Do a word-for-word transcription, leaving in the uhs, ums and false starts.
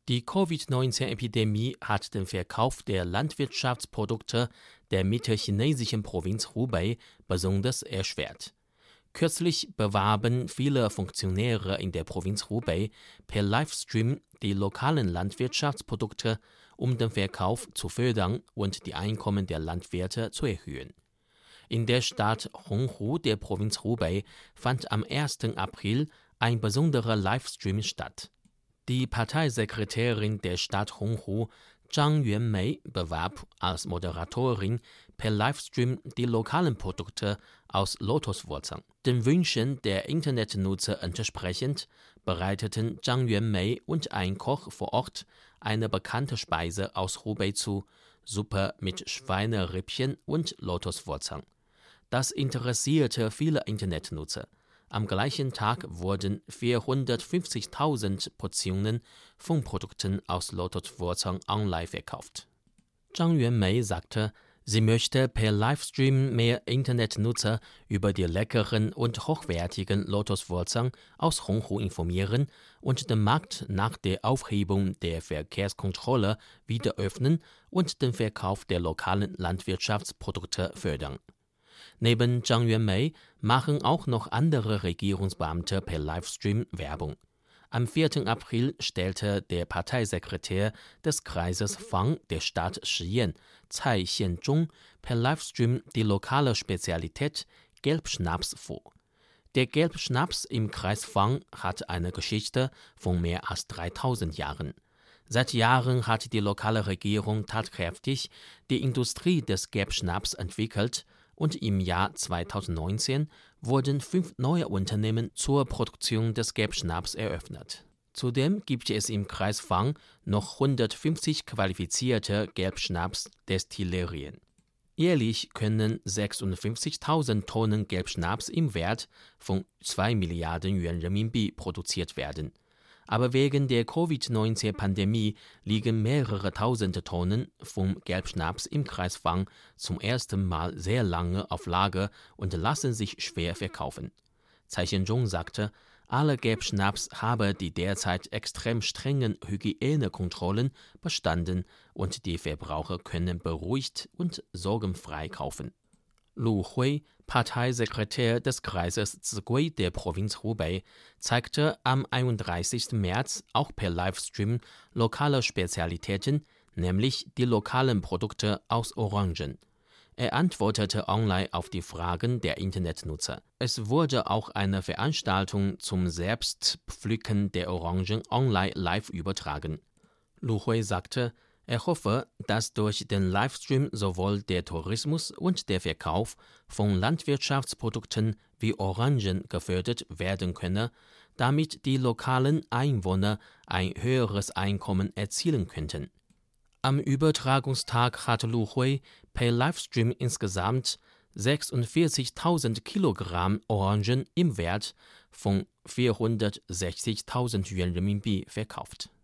Die Covid neunzehn Epidemie hat den Verkauf der Landwirtschaftsprodukte der mittelchinesischen Provinz Hubei besonders erschwert. Kürzlich bewarben viele Funktionäre in der Provinz Hubei per Livestream die lokalen Landwirtschaftsprodukte, um den Verkauf zu fördern und die Einkommen der Landwirte zu erhöhen. In der Stadt Honghu der Provinz Hubei fand am ersten April ein besonderer Livestream statt. Die Parteisekretärin der Stadt Honghu, Zhang Yuanmei, bewarb als Moderatorin per Livestream die lokalen Produkte aus Lotuswurzeln. Den Wünschen der Internetnutzer entsprechend bereiteten Zhang Yuanmei und ein Koch vor Ort eine bekannte Speise aus Hubei zu, Suppe mit Schweinerippchen und Lotuswurzeln. Das interessierte viele Internetnutzer. Am gleichen Tag wurden vierhundertfünfzigtausend Portionen von Produkten aus Lotuswurzeln online verkauft. Zhang Yuanmei sagte, sie möchte per Livestream mehr Internetnutzer über die leckeren und hochwertigen Lotuswurzeln aus Honghu informieren und den Markt nach der Aufhebung der Verkehrskontrolle wieder öffnen und den Verkauf der lokalen Landwirtschaftsprodukte fördern. Neben Zhang Yuanmei machen auch noch andere Regierungsbeamte per Livestream Werbung. Am vierten April stellte der Parteisekretär des Kreises Fang der Stadt Shiyan, Cai Xianzhong, per Livestream die lokale Spezialität Gelbschnaps vor. Der Gelbschnaps im Kreis Fang hat eine Geschichte von mehr als dreitausend Jahren. Seit Jahren hat die lokale Regierung tatkräftig die Industrie des Gelbschnaps entwickelt und im Jahr zweitausendneunzehn wurden fünf neue Unternehmen zur Produktion des Gelbschnaps eröffnet. Zudem gibt es im Kreis Fang noch hundertfünfzig qualifizierte Gelbschnaps-Destillerien. Jährlich können sechsundfünfzigtausend Tonnen Gelbschnaps im Wert von zwei Milliarden Yuan Renminbi produziert werden. Aber wegen der Covid neunzehn Pandemie liegen mehrere tausend Tonnen vom Gelbschnaps im Kreis Fang zum ersten Mal sehr lange auf Lager und lassen sich schwer verkaufen. Cai Xianzhong sagte, alle Gelbschnaps habe die derzeit extrem strengen Hygienekontrollen bestanden und die Verbraucher können beruhigt und sorgenfrei kaufen. Lu Hui, Parteisekretär des Kreises Zigui der Provinz Hubei, zeigte am einunddreißigsten März auch per Livestream lokale Spezialitäten, nämlich die lokalen Produkte aus Orangen. Er antwortete online auf die Fragen der Internetnutzer. Es wurde auch eine Veranstaltung zum Selbstpflücken der Orangen online live übertragen. Lu Hui sagte, er hoffe, dass durch den Livestream sowohl der Tourismus und der Verkauf von Landwirtschaftsprodukten wie Orangen gefördert werden könne, damit die lokalen Einwohner ein höheres Einkommen erzielen könnten. Am Übertragungstag hat Lu Hui per Livestream insgesamt sechsundvierzigtausend Kilogramm Orangen im Wert von vierhundertsechzigtausend Yuan Renminbi verkauft.